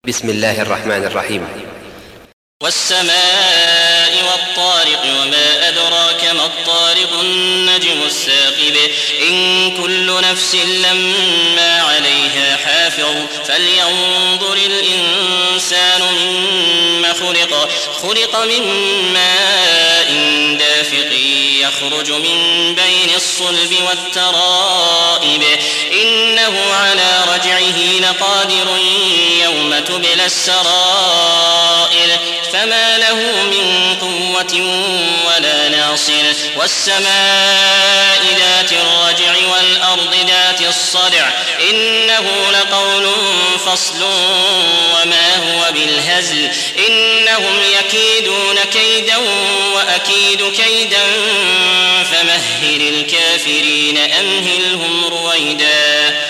بسم الله الرحمن الرحيم. والسماء والطارق وما أدراك ما الطارق النجم الثاقب إن كل نفس لما عليها حافظ فلينظر الإنسان مما خلق من ماء دافق يخرج من بين الصلب والترائب إنه على رجعه لقادر يوم تبلى السرائر فما له من قوة ولا ناصر والسماء ذات الرجع والأرض ذات الصدع إنه لقول فصل وما هو بالهزل إنهم يكيدون كيدا وأكيد كيدا فمهل الكافرين أمهلهم رويدا.